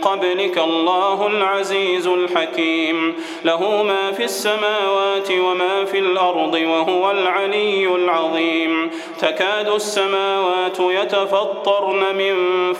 قبلك الله العزيز الحكيم له ما في السماوات وما في الأرض وهو العلي العظيم تكاد السماوات يتفطرن من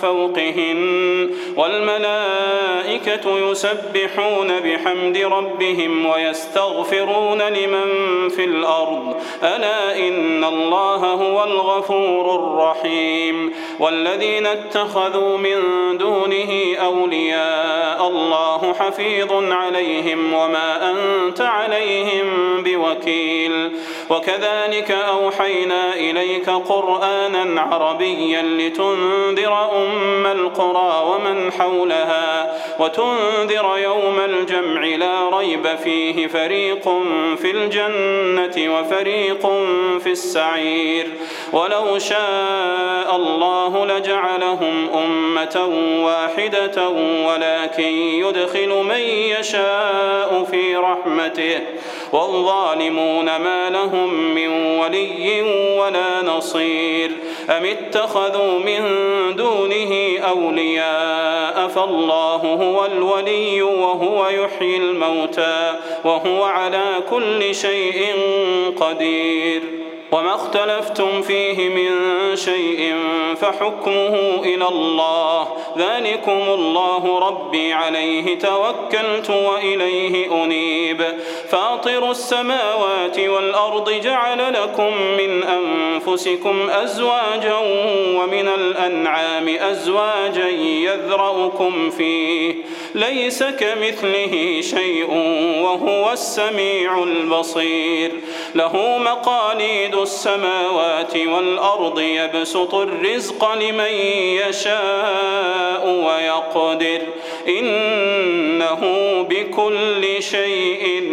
فوقهن والملائكة يسبحون بحمد ربهم ويستغفرون لمن في الأرض ألا إن الله هو الغفور الرحيم والذين اتخذوا من دونه أولياء الله حفيظ عليهم وما أنت عليهم بوكيل وكذلك أوحينا إليك قرآنا عربيا لتنذر أم القرى ومن حولها وتنذر يوم الجمع لا ريب فيه فريق في الجنة وفريق في السعير ولو شاء الله لجعلهم أمة واحدة ولكن يدخل من يشاء في رحمته والظالمون ما لهم من ولي ولا نصير أم اتخذوا من دونه أولياء فالله هو الولي وهو يحيي الموتى وهو على كل شيء قدير وما اختلفتم فيه من شيء فحكمه إلى الله ذلكم الله ربي عليه توكلت وإليه أنيب فاطر السماوات والأرض جعل لكم من أنفسكم أزواجا ومن الأنعام أزواجا يذرأكم فيه ليس كمثله شيء وهو السميع البصير له مقاليد السماوات والأرض يبسط الرزق لمن يشاء ويقدر إنه بكل شيء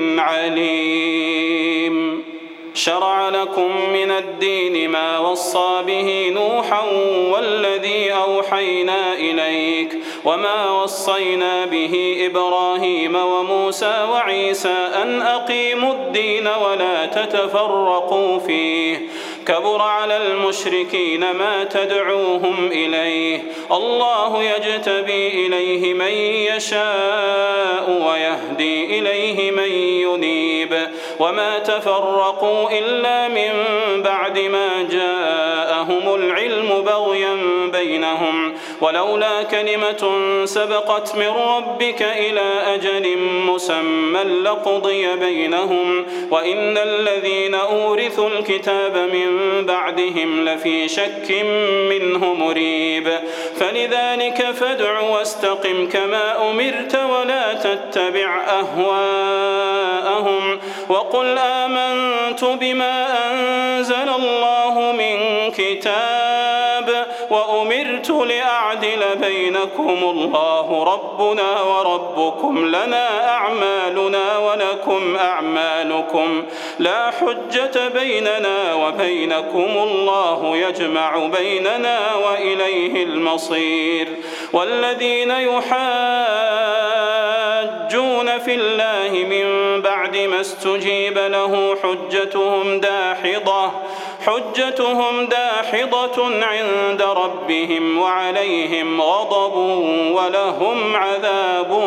عليم شرع لكم من الدين ما وصى به نوحا والذي أوحينا إليك وما وصينا به إبراهيم وموسى وعيسى أن أقيموا الدين ولا تتفرقوا فيه كبر على المشركين ما تدعوهم إليه الله يجتبي إليه من يشاء ويهدي إليه من ينيب وما تفرقوا إلا من بعد ما جاءهم العلم بغيا بينهم ولولا كلمة سبقت من ربك إلى أجل مسمى لقضي بينهم وإن الذين أورثوا الكتاب من بعدهم لفي شك منه مريب فلذلك فادع واستقم كما أمرت ولا تتبع أهواءهم وقل آمنت بما أنزل الله من كتاب وأمرت لأعدل بينكم الله ربنا وربكم لنا أعمالنا ولكم أعمالكم لا حجة بيننا وبينكم الله يجمع بيننا وإليه المصير والذين يحاجون في الله من بعد ما استجيب له حجتهم داحضة عند ربهم وعليهم غضب ولهم عذاب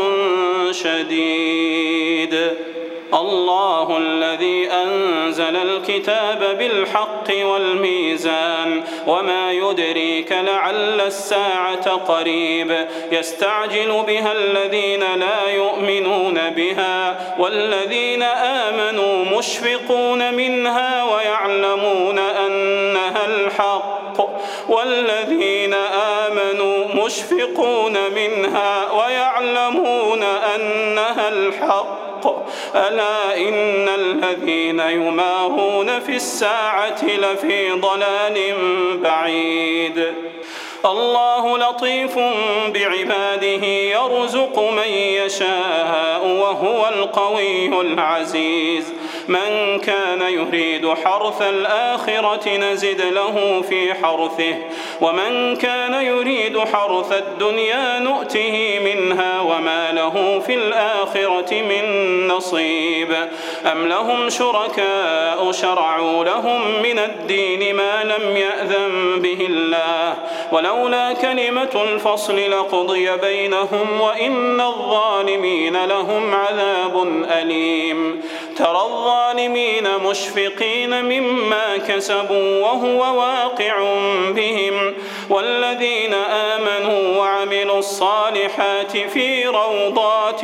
شديد الله الذي أنزل الكتاب بالحق والميزان وما يدريك لعل الساعة قريب يستعجل بها الذين لا يؤمنون بها والذين آمنوا مشفقون منها ويعلمون أنها الحق ألا إن الذين يمارون في الساعة لفي ضلال بعيد الله لطيف بعباده يرزق من يشاء وهو القوي العزيز من كان يريد حرث الآخرة نزد له في حرثه ومن كان يريد حرث الدنيا نؤته منها وما له في الآخرة من نصيب أم لهم شركاء شرعوا لهم من الدين ما لم يأذن به الله ولولا كلمة الفصل لقضي بينهم وإن الظالمين لهم عذاب أليم ترى الظالمين مشفقين مما كسبوا وهو واقع بهم والذين آمنوا وعملوا الصالحات في روضات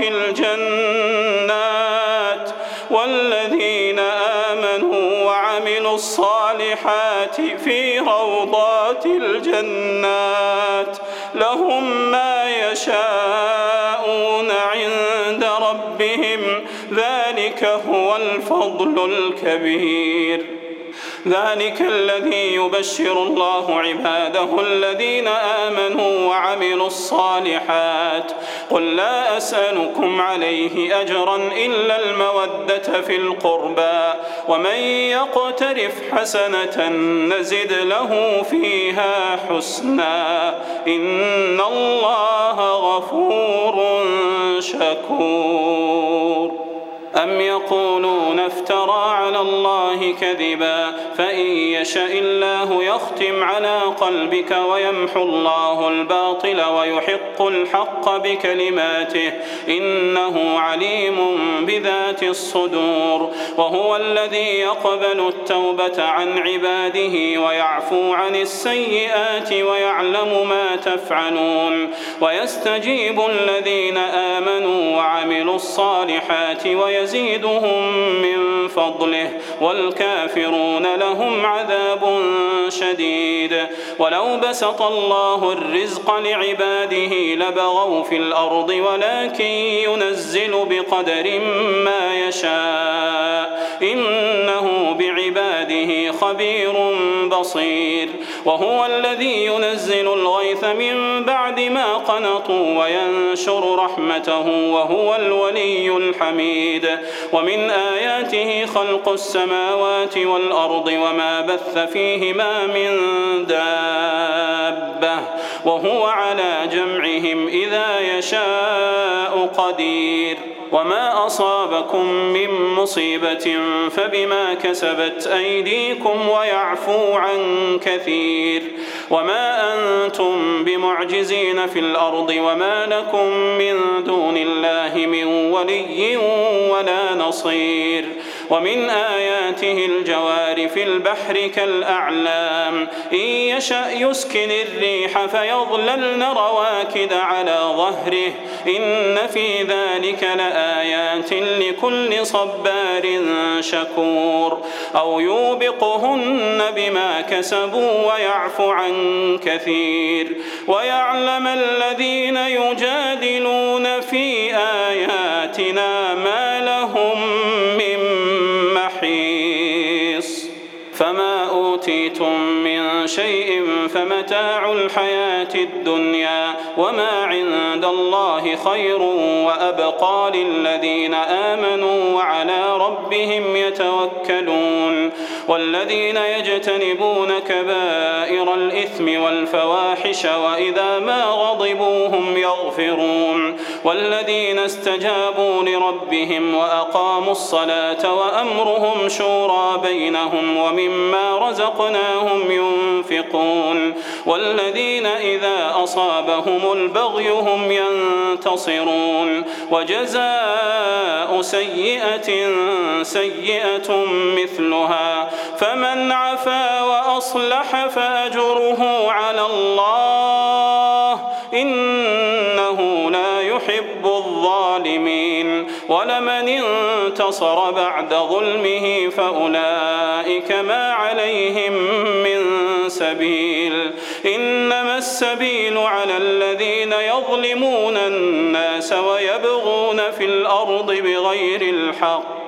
الجنات والذين آمنوا وعملوا الصالحات في روضات الجنات لهم ما يشاءون عند ربهم ذلك هو الفضل الكبير ذلك الذي يبشر الله عباده الذين آمنوا وعملوا الصالحات قل لا أسألكم عليه أجرا إلا المودة في القربى ومن يقترف حسنة نزد له فيها حسنا إن الله غفور شكور أم يقولون افترى على الله كذبا فإن يشاء الله يختم على قلبك ويمحو الله الباطل ويحق الحق بكلماته إنه عليم بذات الصدور وهو الذي يقبل التوبة عن عباده ويعفو عن السيئات ويعلم ما تفعلون ويستجيب الذين آمنوا وعملوا الصالحات ويزيدهم من فضله والكافرون لهم عذاب شديد ولو بسط الله الرزق لعباده لبغوا في الأرض ولكن ينزل بقدر ما يشاء إنه بعباده خبير بصير وهو الذي ينزل الغيث من بعد ما قنطوا وينشر رحمته وهو الولي الحميد ومن آياته خلق السماوات والأرض وما بث فيهما من دابة وهو على جمعهم إذا يشاء قدير وما أصابكم من مصيبة فبما كسبت أيديكم ويعفو عن كثير وما أنتم بمعجزين في الأرض وما لكم من دون الله من ولي ولا نصير ومن آياته الجوار في البحر كالأعلام إن يشأ يسكن الريح فيظللن رواكد على ظهره إن في ذلك لآيات لكل صبار شكور أو يوبقهن بما كسبوا ويعفو عن كثير ويعلم الذين يجادلون في آياتنا ما لهم من محيص فما أوتيتم من شيء فمتاع الحياة الدنيا وما عند الله خير وأبقى للذين آمنوا وعلى ربهم يتوكلون والذين يجتنبون كبائر الإثم والفواحش وإذا ما غضبوا هم يغفرون والذين استجابوا لربهم وأقاموا الصلاة وأمرهم شورى بينهم ومما رزقناهم ينفقون والذين إذا أصابهم البغي هم ينتصرون وجزاء سيئة سيئة مثلها فمن عفا وأصلح فأجره على الله إنه لا يحب الظالمين ولمن انتصر بعد ظلمه فأولئك ما عليهم من سبيل إنما السبيل على الذين يظلمون الناس ويبغون في الأرض بغير الحق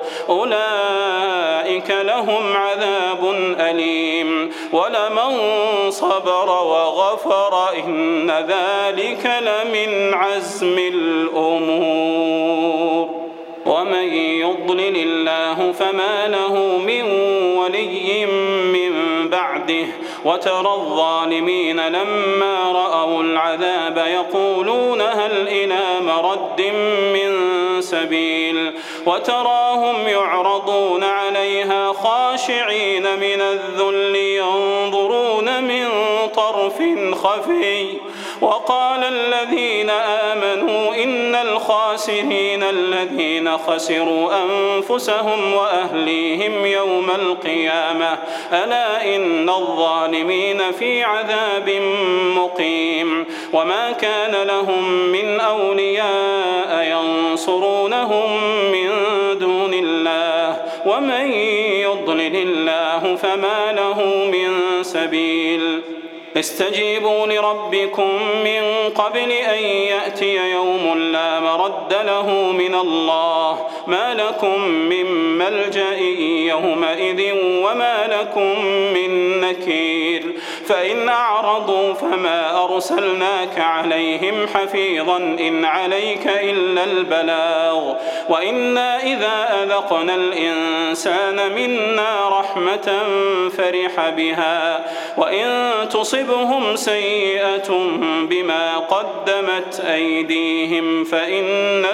أولئك لهم عذاب أليم ولمن صبر وغفر إن ذلك لمن عزم الأمور ومن يضلل الله الله فما له من ولي من بعده وترى الظالمين لما رأوا العذاب يقولون هل إلى مرد من سبيل وتراهم يعرضون عليها خاشعين من الذل ينظرون من طرف خفي وقال الذين آمنوا إن الخاسرين الذين خسروا أنفسهم وأهليهم يوم القيامة ألا إن الظالمين في عذاب مقيم وما كان لهم من أولياء ينصرونهم من دون الله ومن يضلل الله فما له من سبيل استجيبوا لربكم من قبل أن يأتي يوم لا مرد له من الله ما لكم من ملجأ يومئذ وما لكم من نكير فإن أعرضوا فما أرسلناك عليهم حفيظا إن عليك إلا البلاغ وإنا إذا أذقنا الإنسان منا رحمة فرح بها وإن تصبهم سيئة بما قدمت أيديهم فإن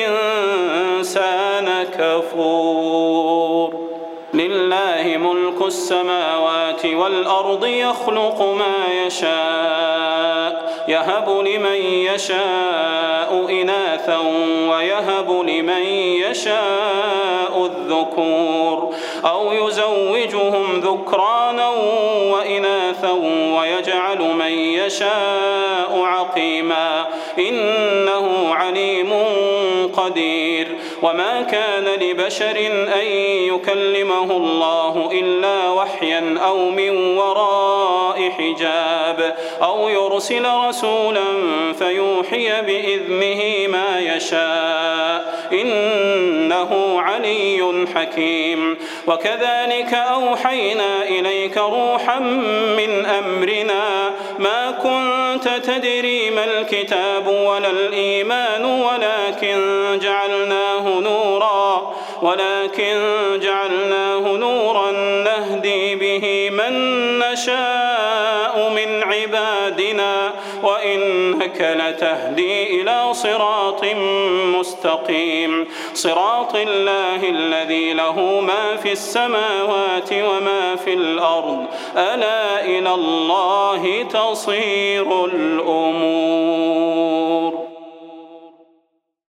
الإنسان كفور لله ملك السماوات والأرض يخلق ما يشاء يهب لمن يشاء إناثا ويهب لمن يشاء الذكور أو يزوجهم ذكرانا وإناثا ويجعل من يشاء عقيما إنه عليم قدير وما كان لبشر أن يكلمه الله إلا وحيا أو من وراء حجاب أو يرسل رسولا فيوحي بإذنه ما يشاء إنه علي حكيم وكذلك أوحينا إليك روحا من أمرنا ما كنت تدري ما الكتاب ولا الإيمان ولكن جعلناه نورا نهدي به من نشاء من عبادنا وإنك لتهدي إلى صراط مستقيم صراط الله الذي له ما في السماوات وما في الأرض ألا إلى الله تصير الأمور.